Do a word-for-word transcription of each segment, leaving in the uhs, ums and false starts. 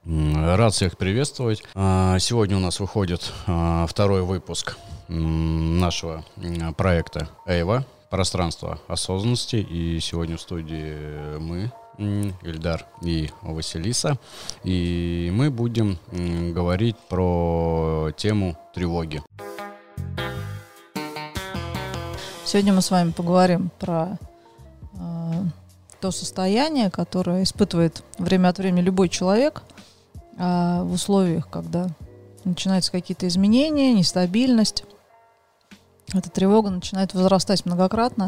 Рад всех приветствовать. Сегодня у нас выходит второй выпуск нашего проекта Эйва «Пространство осознанности». И сегодня в студии мы, Ильдар и Василиса. И мы будем говорить про тему тревоги. Сегодня мы с вами поговорим про э, то состояние, которое испытывает время от времени любой человек э, в условиях, когда начинаются какие-то изменения, нестабильность. Эта тревога начинает возрастать многократно.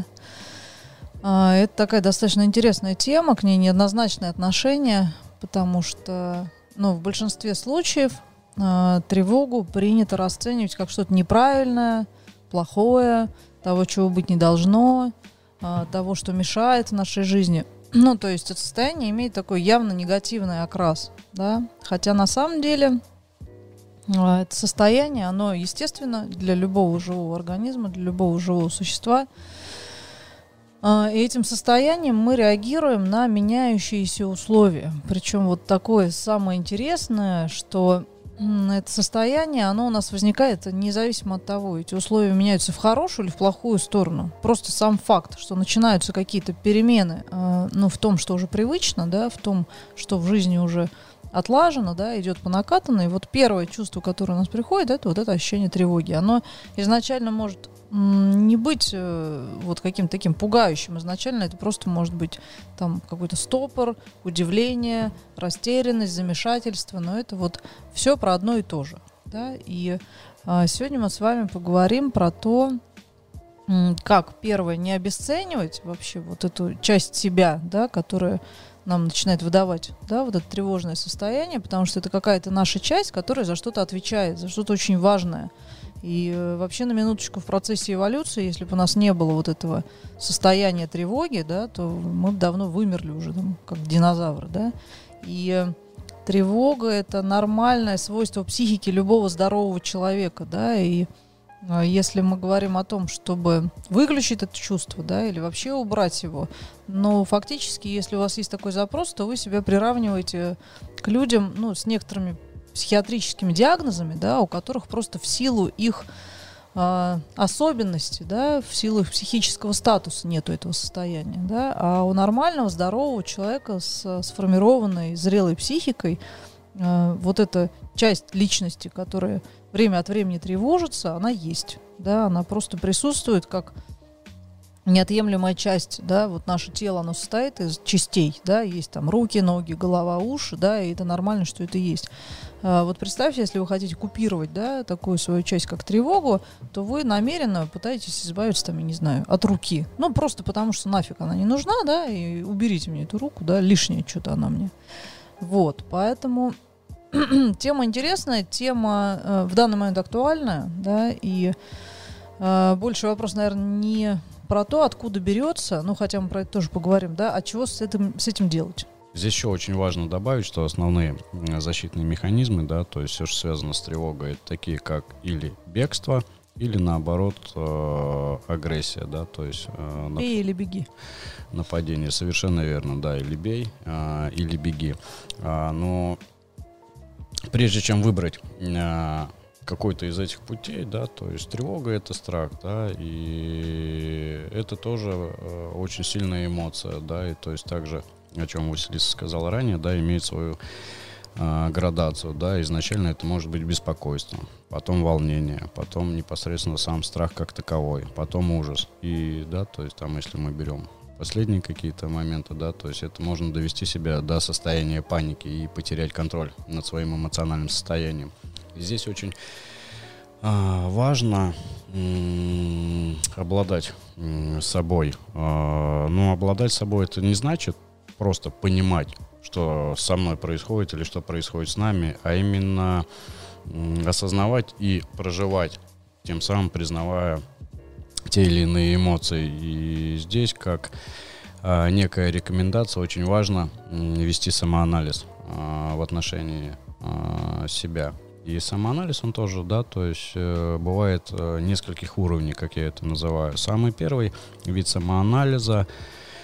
Э, это такая достаточно интересная тема, к ней неоднозначное отношение, потому что ну, в большинстве случаев э, тревогу принято расценивать как что-то неправильное, плохое, того, чего быть не должно, того, что мешает в нашей жизни. Ну, то есть это состояние имеет такой явно негативный окрас, да, хотя на самом деле это состояние, оно естественно для любого живого организма, для любого живого существа. И этим состоянием мы реагируем на меняющиеся условия. Причем вот такое самое интересное, что это состояние, оно у нас возникает независимо от того, эти условия меняются в хорошую или в плохую сторону. Просто сам факт, что начинаются какие-то перемены, э, ну, в том, что уже привычно, да, в том, что в жизни уже отлажено, да, идет по накатанной. Вот первое чувство, которое у нас приходит, это вот это ощущение тревоги. Оно изначально может м, не быть э, вот каким-то таким пугающим. Изначально это просто может быть там какой-то стопор, удивление, растерянность, замешательство. Но это вот все про одно и то же. Да? И э, сегодня мы с вами поговорим про то, м, как, первое, не обесценивать вообще вот эту часть себя, да, которая нам начинает выдавать, да, вот это тревожное состояние, потому что это какая-то наша часть, которая за что-то отвечает, за что-то очень важное. И э, вообще на минуточку в процессе эволюции, если бы у нас не было вот этого состояния тревоги, да, то мы бы давно вымерли уже, там, как динозавры, да. И э, тревога — это нормальное свойство психики любого здорового человека, да, и э, если мы говорим о том, чтобы выключить это чувство, да, или вообще убрать его, но фактически, если у вас есть такой запрос, то вы себя приравниваете к людям, ну, с некоторыми психиатрическими диагнозами, да, у которых просто в силу их э, особенностей, да, в силу их психического статуса нету этого состояния, да, а у нормального, здорового человека с сформированной, зрелой психикой э, вот эта часть личности, которая время от времени тревожится, она есть, да, она просто присутствует как неотъемлемая часть, да, вот наше тело, оно состоит из частей, да, есть там руки, ноги, голова, уши, да, и это нормально, что это есть. А вот представьте, если вы хотите купировать, да, такую свою часть, как тревогу, то вы намеренно пытаетесь избавиться, там, я не знаю, от руки, ну, просто потому что нафиг она не нужна, да, и уберите мне эту руку, да, лишнее что-то она мне. Вот, поэтому тема интересная, тема э, в данный момент актуальная, да, и э, больше вопрос, наверное, не про то, откуда берется, ну, хотя мы про это тоже поговорим, да, а чего с этим, с этим делать? Здесь еще очень важно добавить, что основные защитные механизмы, да, то есть все, что связано с тревогой, это такие, как или бегство, или наоборот э, агрессия, да, то есть э, нап- Бей или беги. Нападение, совершенно верно, да, или бей, э, или беги. А, но прежде чем выбрать э, какой-то из этих путей, да, то есть тревога — это страх, да, и это тоже э, очень сильная эмоция, да, и то есть также, о чем Василиса сказала ранее, да, имеет свою э, градацию, да, изначально это может быть беспокойство, потом волнение, потом непосредственно сам страх как таковой, потом ужас, и, да, то есть там, если мы берем последние какие-то моменты, да, то есть это можно довести себя до состояния паники и потерять контроль над своим эмоциональным состоянием. И здесь очень а, важно м- обладать м- собой. А, но обладать собой — это не значит просто понимать, что со мной происходит или что происходит с нами, а именно м- осознавать и проживать, тем самым признавая те или иные эмоции. И здесь, как а, некая рекомендация, очень важно м- вести самоанализ а, в отношении а, себя. И самоанализ, он тоже, да, то есть э, бывает э, нескольких уровней, как я это называю. Самый первый вид самоанализа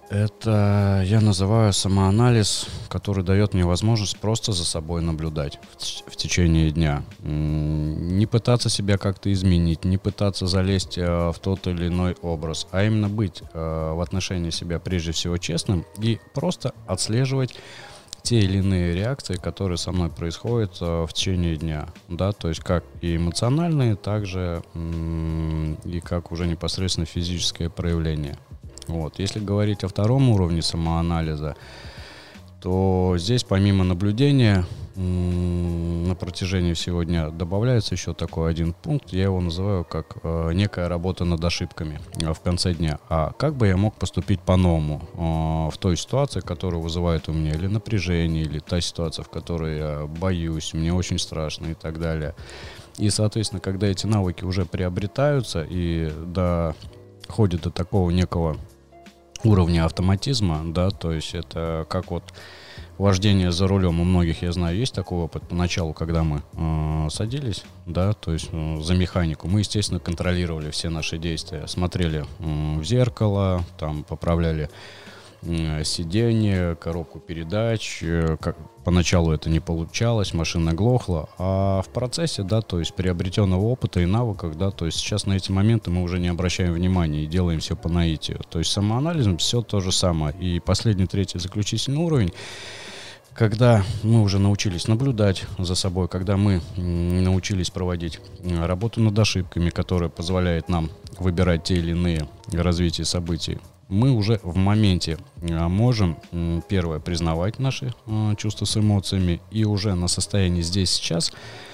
Это я называю самоанализ, который дает мне возможность просто за собой наблюдать в, в течение дня. Не пытаться себя как-то изменить, не пытаться залезть в тот или иной образ, а именно быть в отношении себя прежде всего честным и просто отслеживать те или иные реакции, которые со мной происходят в течение дня. Да, то есть как и эмоциональные, так же и как уже непосредственно физическое проявление. Вот. Если говорить о втором уровне самоанализа, то здесь помимо наблюдения м- на протяжении всего дня добавляется еще такой один пункт. Я его называю как э, некая работа над ошибками э, в конце дня. А как бы я мог поступить по-новому э, в той ситуации, которая вызывает у меня или напряжение, или та ситуация, в которой я боюсь, мне очень страшно и так далее. И, соответственно, когда эти навыки уже приобретаются и доходят до такого некого уровня автоматизма, да, то есть это как вот вождение за рулем. У многих, я знаю, есть такой опыт. Поначалу, когда мы э, садились, да, то есть э, за механику, мы, естественно, контролировали все наши действия, смотрели э, в зеркало, там поправляли э, сиденье, коробку передач. Э, как, поначалу это не получалось, машина глохла, а в процессе, да, то есть приобретенного опыта и навыков, да, то есть сейчас на эти моменты мы уже не обращаем внимания и делаем все по наитию. То есть самоанализом все то же самое. И последний, третий, заключительный уровень, когда мы уже научились наблюдать за собой, когда мы научились проводить работу над ошибками, которая позволяет нам выбирать те или иные развития событий, мы уже в моменте можем, первое, признавать наши чувства с эмоциями и уже на состоянии здесь сейчас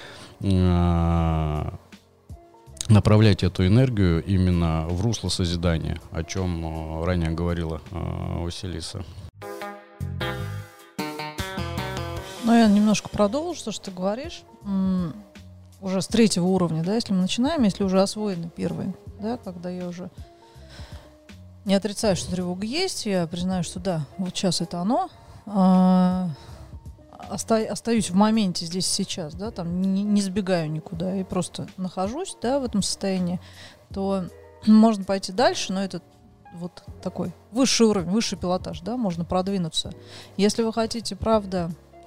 направлять эту энергию именно в русло созидания, о чем ранее говорила Василиса. Ну, я немножко продолжу то, что ты говоришь. М- уже с третьего уровня, да, если мы начинаем, если уже освоены первые, да, когда я уже не отрицаю, что тревога есть, я признаю, что да, вот сейчас это оно. А- оста- остаюсь в моменте здесь сейчас, да, там не, не сбегаю никуда и просто нахожусь, да, в этом состоянии, то можно пойти дальше, но это вот такой высший уровень, высший пилотаж, да, можно продвинуться. Если вы хотите, правда,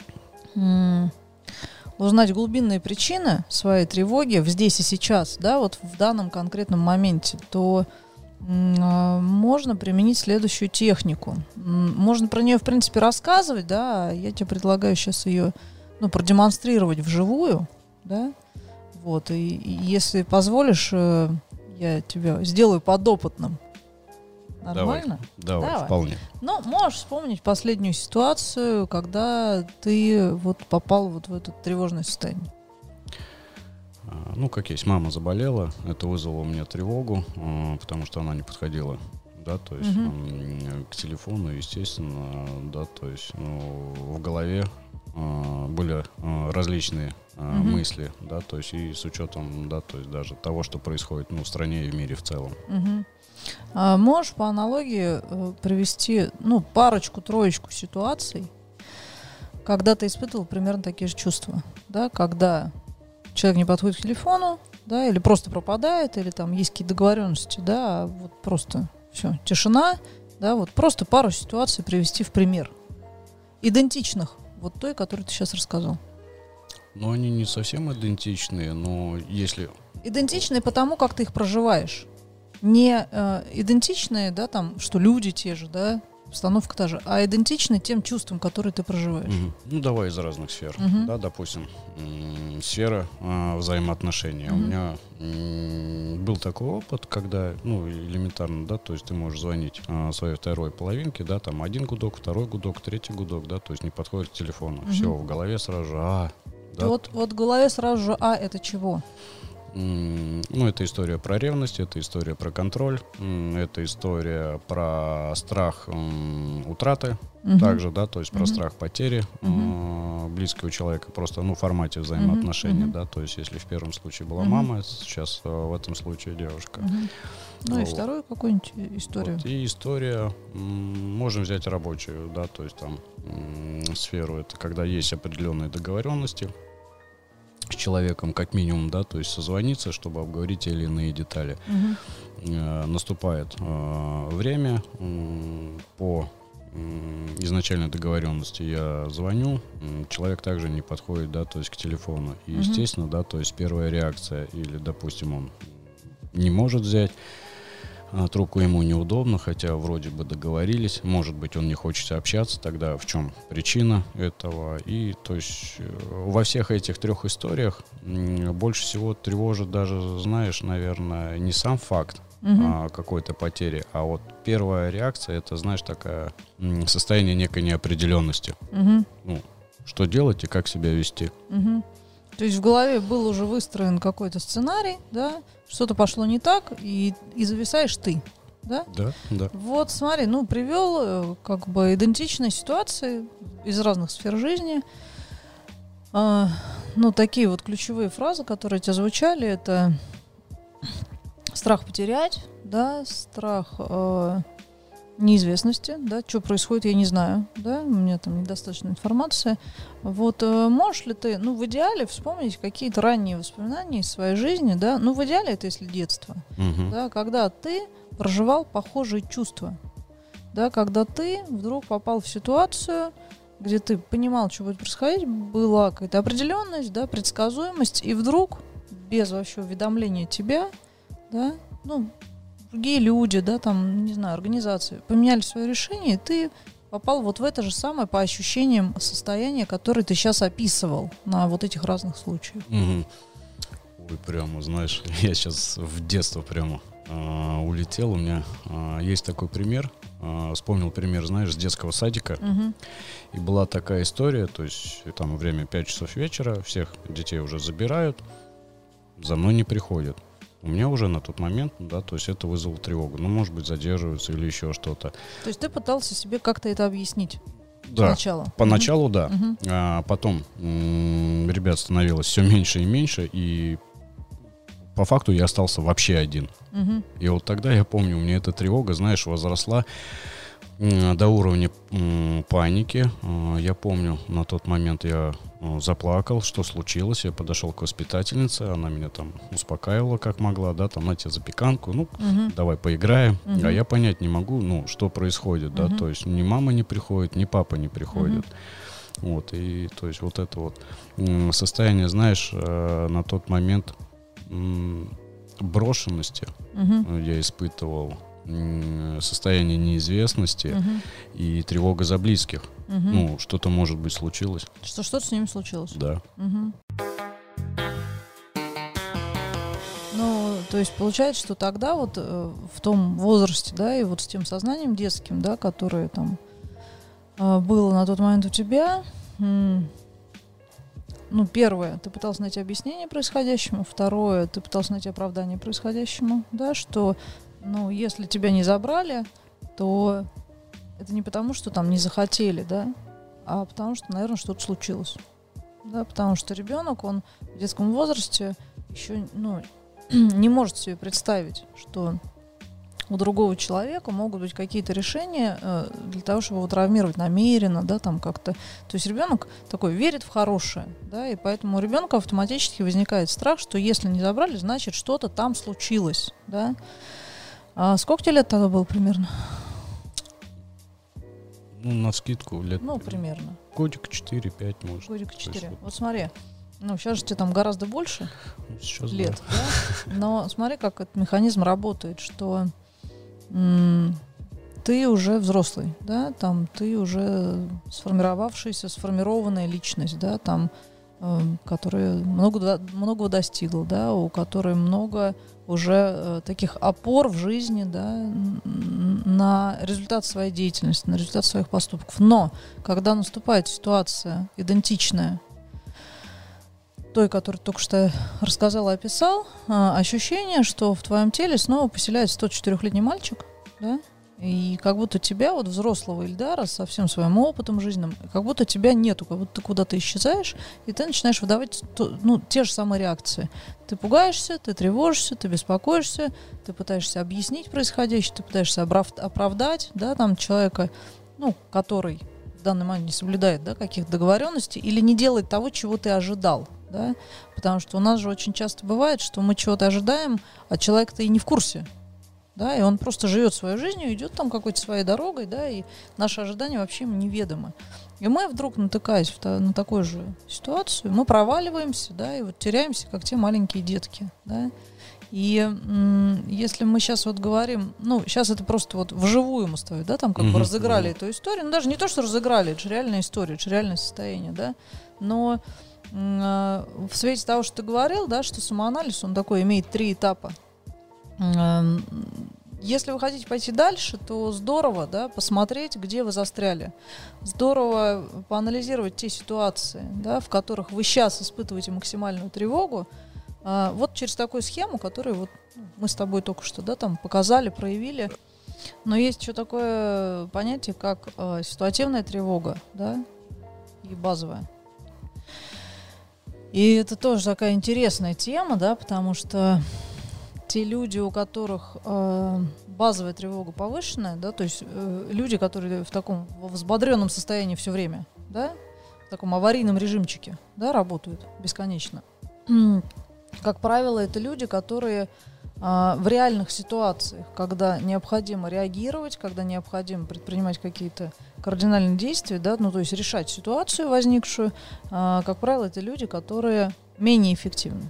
узнать глубинные причины своей тревоги в здесь и сейчас, да, вот в данном конкретном моменте, то м- можно применить следующую технику. М- можно про нее, в принципе, рассказывать, да, я тебе предлагаю сейчас ее, ну, продемонстрировать вживую, да, вот, и, и если позволишь, э, я тебя сделаю подопытным. Нормально? Давай, давай, давай. Вполне. Ну, можешь вспомнить последнюю ситуацию, когда ты вот попал вот в это тревожное состояние. Ну, как есть, мама заболела, это вызвало у меня тревогу, потому что она не подходила, да, то есть uh-huh. к телефону, естественно, да, то есть ну, в голове были различные uh-huh. мысли, да, то есть и с учетом, да, то есть даже того, что происходит, ну, в стране и в мире в целом. Uh-huh. А можешь по аналогии э, привести, ну, парочку-троечку ситуаций, когда ты испытывал примерно такие же чувства, да, когда человек не подходит к телефону, да, или просто пропадает, или там есть какие-то договоренности, да, а вот просто все, тишина, да, вот просто пару ситуаций привести в пример, идентичных вот той, которую ты сейчас рассказал. Ну, они не совсем идентичные, но если... Идентичные потому, как ты их проживаешь. Не э, идентичные, да, там, что люди те же, да, обстановка та же, а идентичны тем чувствам, которые ты проживаешь. Угу. Ну, давай из разных сфер. Угу. Да, допустим, м- сфера э, взаимоотношений. Угу. У меня м- был такой опыт, когда, ну, элементарно, да, то есть ты можешь звонить э, своей второй половинке, да, там один гудок, второй гудок, третий гудок, да, то есть не подходит к телефону. Угу. Все, в голове сразу же, а... Да? Вот, вот в голове сразу же, а, это чего? Ну, это история про ревность, это история про контроль, это история про страх м, утраты, uh-huh. также, да, то есть про uh-huh. страх потери uh-huh. близкого человека, просто, ну, в формате взаимоотношений, uh-huh. да, то есть если в первом случае была uh-huh. мама, сейчас в этом случае девушка. Uh-huh. Ну, вот. И вторую какую-нибудь историю. Вот. И история, м, можем взять рабочую, да, то есть там м, сферу, это когда есть определенные договоренности, с человеком как минимум, да, то есть созвониться, чтобы обговорить те или иные детали. Угу. Э, наступает э, время э, по изначальной договоренности, я звоню, человек также не подходит, да, то есть к телефону. И, uh-huh. естественно, да, то есть первая реакция, или, допустим, он не может взять, а трубку ему неудобно, хотя вроде бы договорились, может быть, он не хочет общаться, тогда в чем причина этого? И, то есть, во всех этих трех историях больше всего тревожит даже, знаешь, наверное, не сам факт, Uh-huh. какой-то потери. А вот первая реакция, это, знаешь, такое состояние некой неопределенности. Uh-huh. Ну, что делать и как себя вести. Uh-huh. То есть в голове был уже выстроен какой-то сценарий, да, что-то пошло не так, и, и зависаешь ты, да? Да, да. Вот смотри, ну, привел как бы идентичные ситуации из разных сфер жизни. А, ну, такие вот ключевые фразы, которые у тебя звучали, это страх потерять, да, страх э, неизвестности, да, что происходит, я не знаю, да, у меня там недостаточно информации. Вот э, можешь ли ты, ну, в идеале вспомнить какие-то ранние воспоминания из своей жизни, да, ну, в идеале это если детство, угу. да, когда ты проживал похожие чувства, да, когда ты вдруг попал в ситуацию, где ты понимал, что будет происходить, была какая-то определенность, да, предсказуемость, и вдруг без вообще уведомления тебя, да, ну, другие люди, да, там, не знаю, организации поменяли свое решение, и ты попал вот в это же самое по ощущениям состояние, которое ты сейчас описывал на вот этих разных случаях. Угу. Ой, прямо, знаешь, я сейчас в детство прямо э, улетел. У меня э, есть такой пример. Э, вспомнил пример, знаешь, с детского садика. Угу. И была такая история, то есть там время пять часов вечера, всех детей уже забирают, за мной не приходят. У меня уже на тот момент, да, то есть это вызвало тревогу. Ну, может быть, задерживаются или еще что-то. То есть ты пытался себе как-то это объяснить? Да, сначала. поначалу, mm-hmm. да. Mm-hmm. А потом м- ребят становилось все меньше и меньше, и по факту я остался вообще один. Mm-hmm. И вот тогда, я помню, у меня эта тревога, знаешь, возросла м- до уровня м- паники. А, я помню, на тот момент я м- заплакал, что случилось. Я подошел к воспитательнице, она меня там успокаивала как могла, да, там, на тебе запеканку, ну, Mm-hmm. давай поиграем. Mm-hmm. А я понять не могу, ну, что происходит, да, Mm-hmm. то есть ни мама не приходит, ни папа не приходит. Mm-hmm. Вот, и, то есть, вот это вот м- состояние, знаешь, э- на тот момент м- брошенности Mm-hmm. я испытывал, м- состояние неизвестности Mm-hmm. и тревога за близких. Mm-hmm. Ну, что-то, может быть, случилось. Что что-то с ними случилось? Да. Угу. Ну, то есть получается, что тогда вот э, в том возрасте, да, и вот с тем сознанием детским, да, которое там э, было на тот момент у тебя, м- ну, первое, ты пытался найти объяснение происходящему, второе, ты пытался найти оправдание происходящему, да, что, ну, если тебя не забрали, то это не потому, что там не захотели, да, а потому что, наверное, что-то случилось. Да, потому что ребенок, он в детском возрасте еще, ну, не может себе представить, что у другого человека могут быть какие-то решения э, для того, чтобы его травмировать намеренно, да, там как-то. То есть ребенок такой верит в хорошее, да, и поэтому у ребенка автоматически возникает страх, что если не забрали, значит что-то там случилось, да. А сколько тебе лет тогда было примерно? Ну, навскидку лет... Ну, примерно. Годик четыре-пять, может. Годик четыре. Вот смотри, ну, сейчас же тебе там гораздо больше Сейчас, лет, да. да? Но смотри, как этот механизм работает, что м- ты уже взрослый, да, там ты уже сформировавшаяся, сформированная личность, да, там, э, которая много, многого достигла, да, у которой много уже э, таких опор в жизни, да, на результат своей деятельности, на результат своих поступков. Но когда наступает ситуация идентичная той, которую только что рассказал и описал, э, ощущение, что в твоем теле снова поселяется тот четырехлетний мальчик, да, и как будто тебя, вот взрослого Ильдара, со всем своим опытом жизненным, как будто тебя нету, как будто ты куда-то исчезаешь, и ты начинаешь выдавать то, ну, те же самые реакции. Ты пугаешься, ты тревожишься, ты беспокоишься, ты пытаешься объяснить происходящее, ты пытаешься оправ- оправдать, да, там, человека, ну, который в данный момент не соблюдает, да, каких-то договоренностей или не делает того, чего ты ожидал. да, потому что у нас же очень часто бывает, что мы чего-то ожидаем, а человек-то и не в курсе, да, и он просто живет своей жизнью, идет там какой-то своей дорогой, да, и наши ожидания вообще ему неведомы. И мы вдруг, натыкаясь в та, на такую же ситуацию, мы проваливаемся, да, и вот теряемся, как те маленькие детки, да. И м- если мы сейчас вот говорим, ну, сейчас это просто вот вживую мы ставим, да, там как mm-hmm. бы разыграли mm-hmm. эту историю, ну, даже не то, что разыграли, это же реальная история, это же реальное состояние, да, но м- в свете того, что ты говорил, да, что самоанализ, он такой имеет три этапа. М- Если вы хотите пойти дальше, то здорово, да, посмотреть, где вы застряли. Здорово поанализировать те ситуации, да, в которых вы сейчас испытываете максимальную тревогу. А, вот через такую схему, которую вот мы с тобой только что, да, там показали, проявили. Но есть еще такое понятие, как э, ситуативная тревога, да, и базовая. И это тоже такая интересная тема, да, потому что те люди, у которых э, базовая тревога повышенная, да, то есть э, люди, которые в таком взбодренном состоянии все время, да, в таком аварийном режимчике, да, работают бесконечно. Как правило, это люди, которые э, в реальных ситуациях, когда необходимо реагировать, когда необходимо предпринимать какие-то кардинальные действия, да, ну, то есть решать ситуацию возникшую, э, как правило, это люди, которые менее эффективны.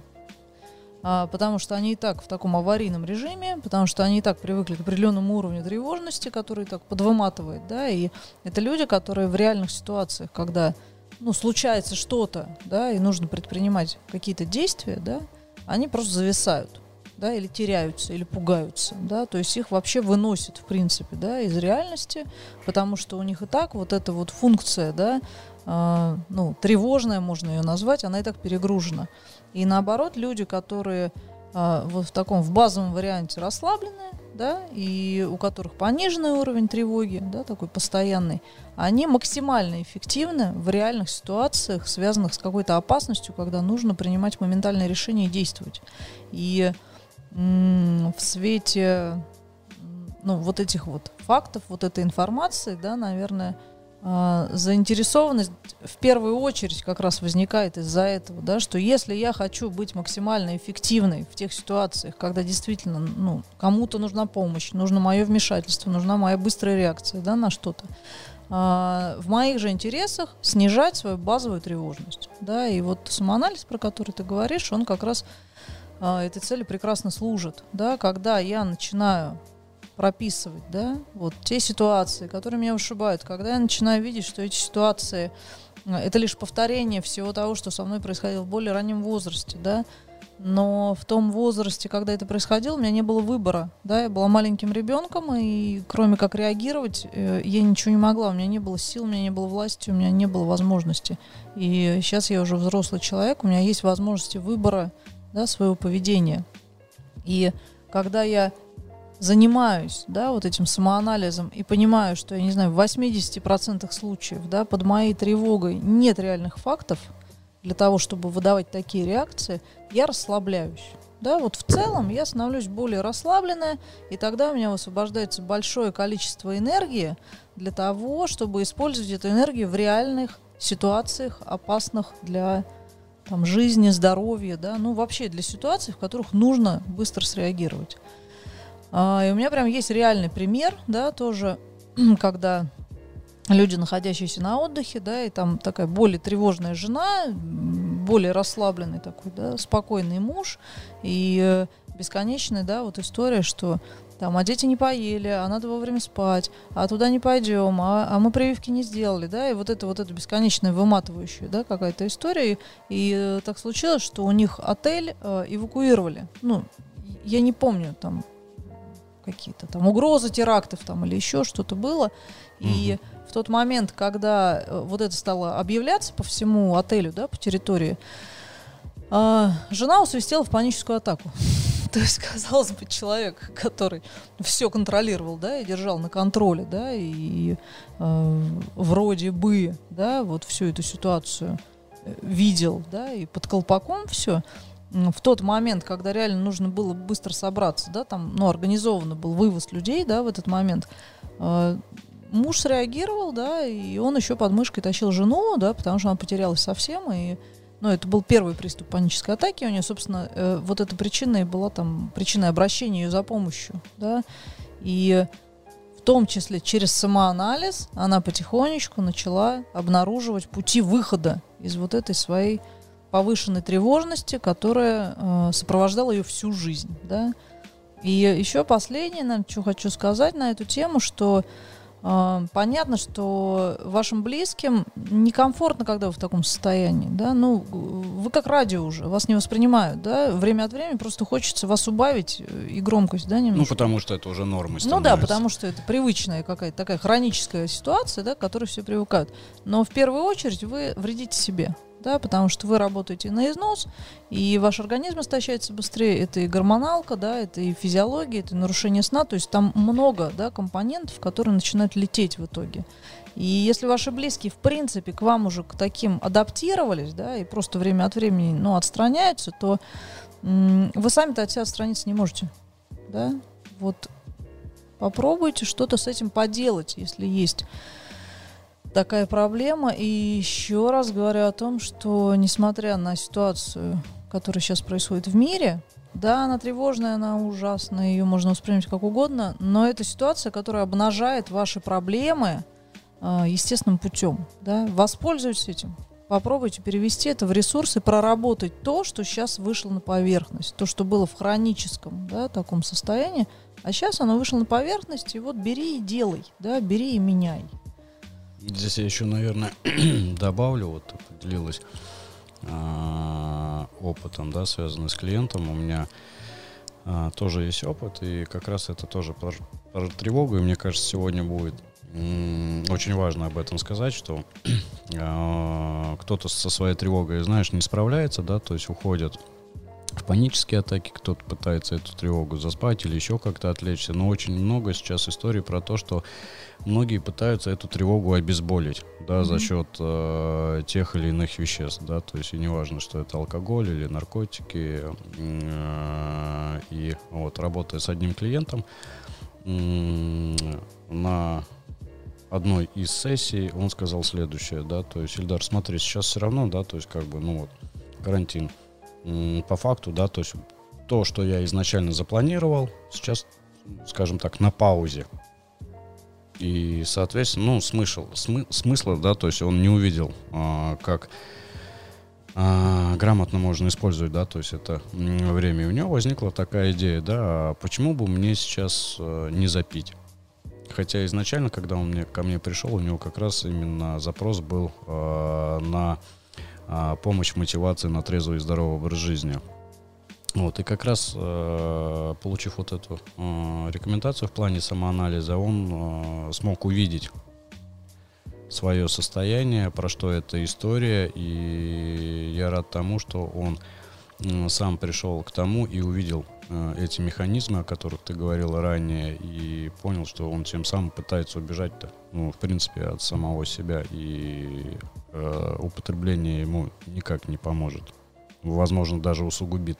Потому что они и так в таком аварийном режиме, потому что они и так привыкли к определенному уровню тревожности, который так подвыматывает, да, и это люди, которые в реальных ситуациях, когда, ну, случается что-то, да, и нужно предпринимать какие-то действия, да, они просто зависают, да, или теряются, или пугаются, да, то есть их вообще выносит, в принципе, да, из реальности, потому что у них и так вот эта вот функция, да, э, ну, тревожная, можно ее назвать, она и так перегружена. И наоборот, люди, которые э, вот в таком, в базовом варианте расслабленные, да, и у которых пониженный уровень тревоги, да, такой постоянный, они максимально эффективны в реальных ситуациях, связанных с какой-то опасностью, когда нужно принимать моментальные решения и действовать. И м- в свете, ну, вот этих вот фактов, вот этой информации, да, наверное, заинтересованность в первую очередь как раз возникает из-за этого, да, что если я хочу быть максимально эффективной в тех ситуациях, когда действительно, ну, кому-то нужна помощь, нужно мое вмешательство, нужна моя быстрая реакция, да, на что-то, а, в моих же интересах снижать свою базовую тревожность, да, и вот самоанализ, про который ты говоришь, он как раз а, этой цели прекрасно служит, да, когда я начинаю прописывать, да, вот те ситуации, которые меня вышибают, когда я начинаю видеть, что эти ситуации это лишь повторение всего того, что со мной происходило в более раннем возрасте, да, но в том возрасте, когда это происходило, у меня не было выбора, да, я была маленьким ребенком, и кроме как реагировать, я ничего не могла, у меня не было сил, у меня не было власти, у меня не было возможности, и сейчас я уже взрослый человек, у меня есть возможности выбора, да, своего поведения, и когда я занимаюсь, да, вот этим самоанализом и понимаю, что, я не знаю, в восемьдесят процентов случаев, да, под моей тревогой нет реальных фактов для того, чтобы выдавать такие реакции, я расслабляюсь. Да, вот в целом я становлюсь более расслабленная, и тогда у меня высвобождается большое количество энергии для того, чтобы использовать эту энергию в реальных ситуациях, опасных для там, жизни, здоровья, да, ну вообще для ситуаций, в которых нужно быстро среагировать. И у меня прям есть реальный пример, да, тоже, когда люди, находящиеся на отдыхе, да, и там такая более тревожная жена, более расслабленный такой, да, спокойный муж, и бесконечная, да, вот история, что там, а дети не поели, а надо вовремя спать, а туда не пойдем, а, а мы прививки не сделали, да, и вот это вот это бесконечная выматывающая, да, какая-то история, и, и так случилось, что у них отель э, эвакуировали, ну, я не помню, там, какие-то там угрозы терактов там или еще что-то было. И mm-hmm. в тот момент, когда вот это стало объявляться по всему отелю, да, по территории, э, жена усвистела в паническую атаку. То есть, казалось бы, человек, который все контролировал, да, и держал на контроле, да, и э, вроде бы, да, вот всю эту ситуацию видел, да, и под колпаком все. В тот момент, когда реально нужно было быстро собраться, да, там, ну, организованно был вывоз людей, да, в этот момент, э, муж среагировал, да, и он еще под мышкой тащил жену, да, потому что она потерялась совсем, и ну, это был первый приступ панической атаки у нее, собственно, э, вот эта причина и была там причиной обращения ее за помощью, да, и в том числе через самоанализ она потихонечку начала обнаруживать пути выхода из вот этой своей повышенной тревожности, которая э, сопровождала ее всю жизнь, да. И еще последнее, наверное, что хочу сказать на эту тему, что э, понятно, что вашим близким некомфортно, когда вы в таком состоянии, да, ну, вы как радио уже, вас не воспринимают, да, время от времени просто хочется вас убавить и громкость, да, немножко. Ну, потому что это уже нормой становится. Ну да, потому что это привычная какая-то такая хроническая ситуация, да, к которой все привыкают. Но в первую очередь вы вредите себе. Да, потому что вы работаете на износ, и ваш организм истощается быстрее. Это и гормоналка, да, это и физиология, это и нарушение сна. То есть там много, да, компонентов, которые начинают лететь в итоге. И если ваши близкие, в принципе, к вам уже к таким адаптировались, да, и просто время от времени, ну, отстраняются, то м- вы сами-то от себя отстраниться не можете. Да? Вот попробуйте что-то с этим поделать, если есть такая проблема. И еще раз говорю о том, что несмотря на ситуацию, которая сейчас происходит в мире, да, она тревожная, она ужасная, ее можно воспринять как угодно, но это ситуация, которая обнажает ваши проблемы э, естественным путем. Да. Воспользуйтесь этим. Попробуйте перевести это в ресурсы, проработать то, что сейчас вышло на поверхность, то, что было в хроническом, да, таком состоянии, а сейчас оно вышло на поверхность, и вот бери и делай, да, бери и меняй. Здесь я еще, наверное, добавлю, вот ты поделилась а, опытом, да, связанным с клиентом. У меня а, тоже есть опыт, и как раз это тоже про, про тревогу, и мне кажется, сегодня будет м- очень важно об этом сказать, что а, кто-то со своей тревогой, знаешь, не справляется, да, то есть уходит в панические атаки, кто-то пытается эту тревогу заспать или еще как-то отвлечься, но очень много сейчас историй про то, что многие пытаются эту тревогу обезболить, да, mm-hmm. за счет э, тех или иных веществ, да, то есть и неважно, что это алкоголь или наркотики, э, и вот, работая с одним клиентом, э, на одной из сессий он сказал следующее, да, то есть: Ильдар, смотри, сейчас все равно, да, то есть как бы, ну вот, карантин, э, по факту, да, то есть то, что я изначально запланировал, сейчас, скажем так, на паузе. И, соответственно, ну, смысл, смы, смысла, да, то есть он не увидел, а, как а, грамотно можно использовать, да, то есть это время. И у него возникла такая идея, да, а почему бы мне сейчас а, не запить? Хотя изначально, когда он мне, ко мне пришел, у него как раз именно запрос был а, на а, помощь в мотивации на трезвый и здоровый образ жизни. Вот, и как раз, э, получив вот эту э, рекомендацию в плане самоанализа, он э, смог увидеть свое состояние, про что эта история, и я рад тому, что он э, сам пришел к тому и увидел э, эти механизмы, о которых ты говорил ранее, и понял, что он тем самым пытается убежать-то, ну, в принципе, от самого себя, и э, употребление ему никак не поможет, возможно, даже усугубит.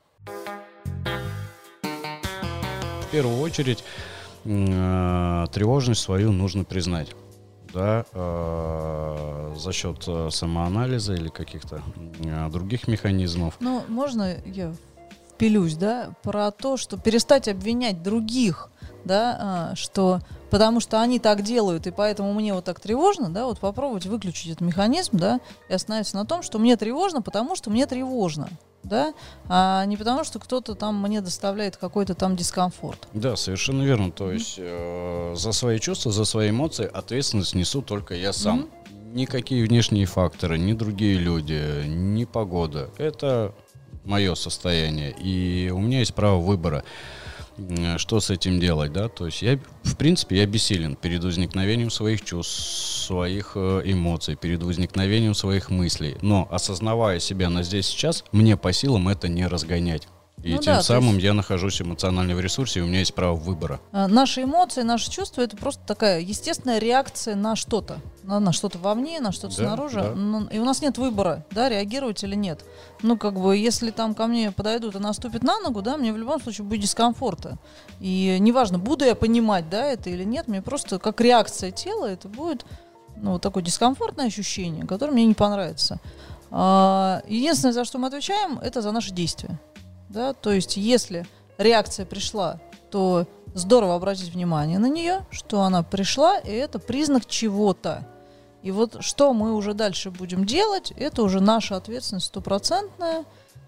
В первую очередь э, тревожность свою нужно признать, да, э, за счет э, самоанализа или каких-то э, других механизмов. Ну, можно я впилюсь, да, про то, что перестать обвинять других, да, э, что потому что они так делают, и поэтому мне вот так тревожно, да, вот попробовать выключить этот механизм, да, и остановиться на том, что мне тревожно, потому что мне тревожно. Да, а не потому, что кто-то там мне доставляет какой-то там дискомфорт. Да, совершенно верно. То есть э, за свои чувства, за свои эмоции ответственность несу только я сам. Mm-hmm. Никакие внешние факторы, ни другие люди, ни погода. Это мое состояние. И у меня есть право выбора, что с этим делать, да, то есть я, в принципе, я бессилен перед возникновением своих чувств, своих э, эмоций, перед возникновением своих мыслей, но, осознавая себя на здесь сейчас, мне по силам это не разгонять. И ну тем да, самым есть... я нахожусь эмоционально в ресурсе, и у меня есть право выбора. А, наши эмоции, наши чувства — это просто такая естественная реакция на что-то. На, на что-то вовне, на что-то да, снаружи. Да. Но, и у нас нет выбора, да, реагировать или нет. Ну, как бы, если там ко мне подойдут и наступят на ногу, да, мне в любом случае будет дискомфорта. И неважно, буду я понимать, да, это или нет, мне просто как реакция тела это будет, ну, вот такое дискомфортное ощущение, которое мне не понравится. Единственное, за что мы отвечаем, это за наши действия. Да? То есть, если реакция пришла, то здорово обратить внимание на нее, что она пришла, и это признак чего-то. И вот что мы уже дальше будем делать, это уже наша ответственность стопроцентная.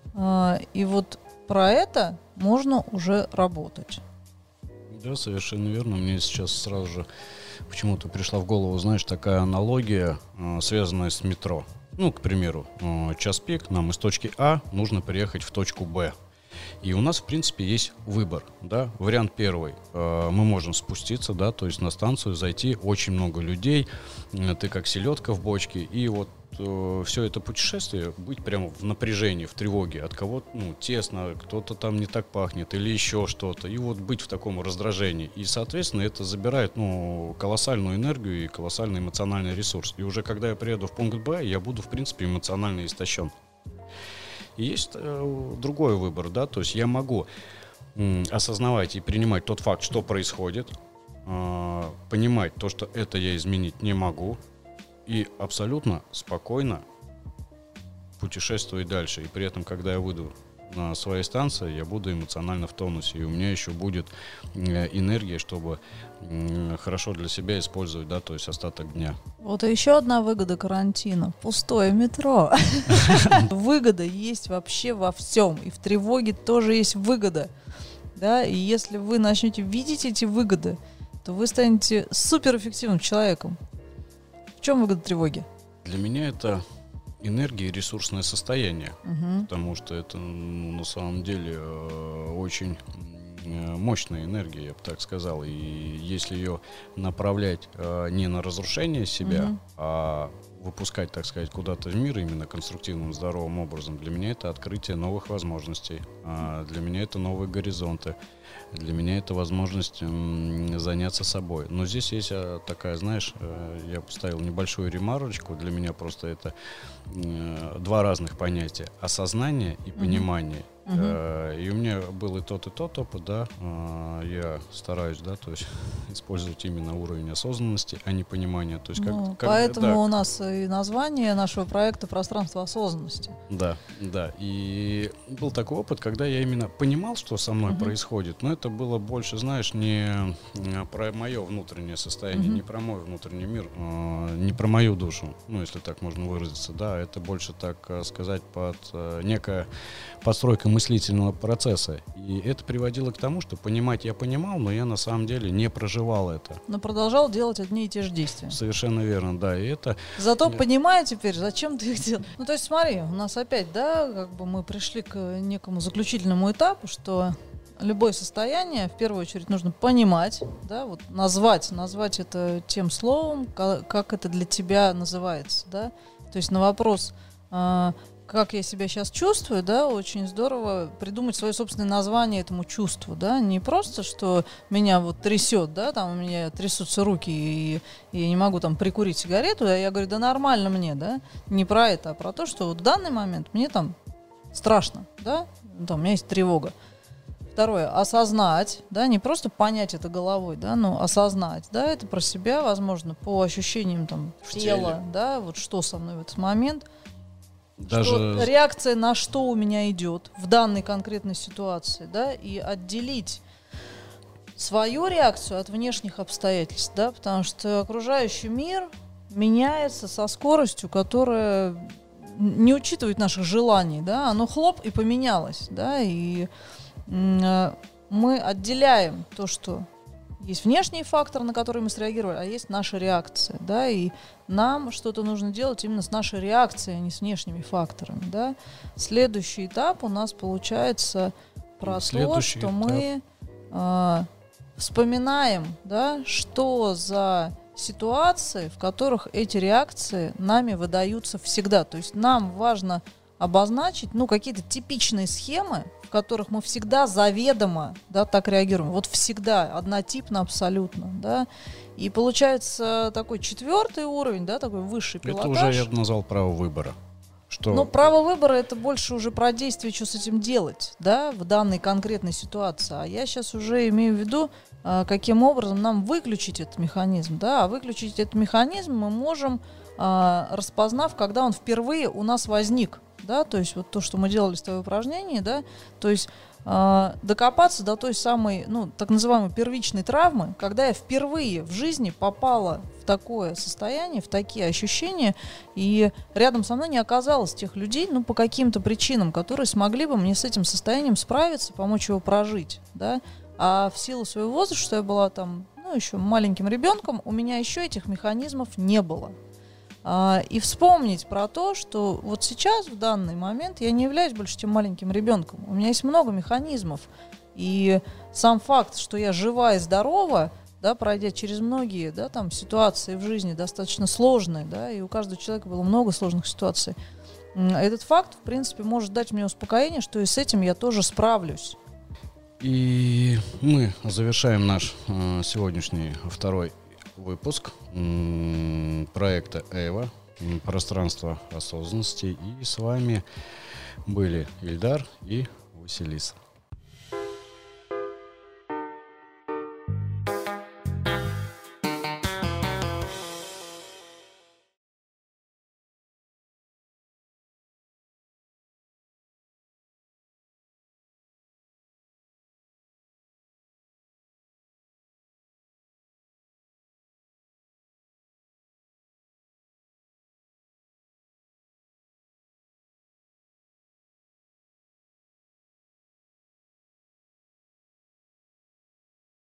И вот про это можно уже работать. Да, совершенно верно. Мне сейчас сразу же почему-то пришла в голову, знаешь, такая аналогия, связанная с метро. Ну, к примеру, час пик, нам из точки А нужно приехать в точку Б. И у нас, в принципе, есть выбор, да. Вариант первый. Э, мы можем спуститься, да, то есть на станцию зайти, очень много людей, э, ты как селедка в бочке, и вот э, все это путешествие быть прямо в напряжении, в тревоге, от кого-то, ну, тесно, кто-то там не так пахнет или еще что-то, и вот быть в таком раздражении. И, соответственно, это забирает, ну, колоссальную энергию и колоссальный эмоциональный ресурс. И уже когда я приеду в пункт Б, я буду, в принципе, эмоционально истощен. И есть э, другой выбор, да, то есть я могу м, осознавать и принимать тот факт, что происходит, э, понимать то, что это я изменить не могу, и абсолютно спокойно путешествовать дальше. И при этом, когда я выйду на своей станции, я буду эмоционально в тонусе, и у меня еще будет э, энергия, чтобы э, хорошо для себя использовать, да, то есть остаток дня. Вот и еще одна выгода карантина. Пустое метро. Выгода есть вообще во всем. И в тревоге тоже есть выгода. Да? И если вы начнете видеть эти выгоды, то вы станете суперэффективным человеком. В чем выгода тревоги? Для меня это энергия и ресурсное состояние. Угу. Потому что это, ну, на самом деле э, очень мощная энергия, я бы так сказал. И если ее направлять э, не на разрушение себя, угу. а выпускать, так сказать, куда-то в мир именно конструктивным, здоровым образом, для меня это открытие новых возможностей. А для меня это новые горизонты. Для меня это возможность м, заняться собой. Но здесь есть а, такая, знаешь, э, я поставил небольшую ремарочку. Для меня просто это э, два разных понятия. Осознание и понимание. Uh-huh. Uh-huh. И у меня был и тот, и тот опыт, да. Я стараюсь, да, то есть использовать именно уровень осознанности, а не понимания. То есть как, ну, как, поэтому да. у нас и название нашего проекта «Пространство осознанности». Да, да. И был такой опыт, когда я именно понимал, что со мной uh-huh. происходит, но это было больше, знаешь, не про мое внутреннее состояние, uh-huh. не про мой внутренний мир, не про мою душу, ну, если так можно выразиться, да. Это больше, так сказать, под некая подстройка мыслительного процесса. И это приводило к тому, что понимать я понимал, но я на самом деле не проживал это. Но продолжал делать одни и те же действия. Совершенно верно, да. И это... Зато понимаю теперь, зачем ты их делал. Ну, то есть, смотри, у нас опять, да, как бы мы пришли к некому заключительному этапу, что любое состояние, в первую очередь, нужно понимать, да, вот назвать, назвать это тем словом, как это для тебя называется, да. То есть на вопрос, как я себя сейчас чувствую, да, очень здорово придумать свое собственное название этому чувству, да, не просто, что меня вот трясет, да, там у меня трясутся руки, и, и я не могу там прикурить сигарету, а я говорю, да нормально мне, да, не про это, а про то, что вот в данный момент мне там страшно, да, там у меня есть тревога. Второе, осознать, да, не просто понять это головой, да, но осознать, да, это про себя, возможно, по ощущениям там тела, да, вот что со мной в этот момент. Даже... Что, реакция на что у меня идет в данной конкретной ситуации, да, и отделить свою реакцию от внешних обстоятельств, да, потому что окружающий мир меняется со скоростью, которая не учитывает наших желаний, да, оно хлоп и поменялось, да, и м- мы отделяем то, что есть внешний фактор, на который мы среагировали, а есть наша реакция, да, и нам что-то нужно делать именно с нашей реакцией, а не с внешними факторами, да. Следующий этап у нас получается про Следующий то, что этап. мы э, вспоминаем, да, что за ситуации, в которых эти реакции нами выдаются всегда. То есть нам важно обозначить, ну, какие-то типичные схемы, в которых мы всегда заведомо, да, так реагируем. Вот всегда, однотипно абсолютно, да. И получается такой четвертый уровень, да, такой высший пилотаж. Это уже я бы назвал право выбора. Что... Но право выбора — это больше уже про действие, что с этим делать, да, в данной конкретной ситуации. А я сейчас уже имею в виду каким образом нам выключить этот механизм. Да? А выключить этот механизм мы можем, распознав, когда он впервые у нас возник. Да? То есть вот то, что мы делали с тобой упражнение, да? То есть докопаться до той самой, ну, так называемой первичной травмы, когда я впервые в жизни попала в такое состояние, в такие ощущения, и рядом со мной не оказалось тех людей, ну, по каким-то причинам, которые смогли бы мне с этим состоянием справиться, помочь его прожить, да, а в силу своего возраста, что я была там, ну, еще маленьким ребенком, у меня еще этих механизмов не было. И вспомнить про то, что вот сейчас, в данный момент, я не являюсь больше тем маленьким ребенком. У меня есть много механизмов. И сам факт, что я жива и здорова, да, пройдя через многие, да, там, ситуации в жизни достаточно сложные, да, и у каждого человека было много сложных ситуаций, этот факт, в принципе, может дать мне успокоение, что и с этим я тоже справлюсь. И мы завершаем наш э, сегодняшний второй выпуск м- проекта Эва, м- пространство осознанности. И с вами были Ильдар и Василиса.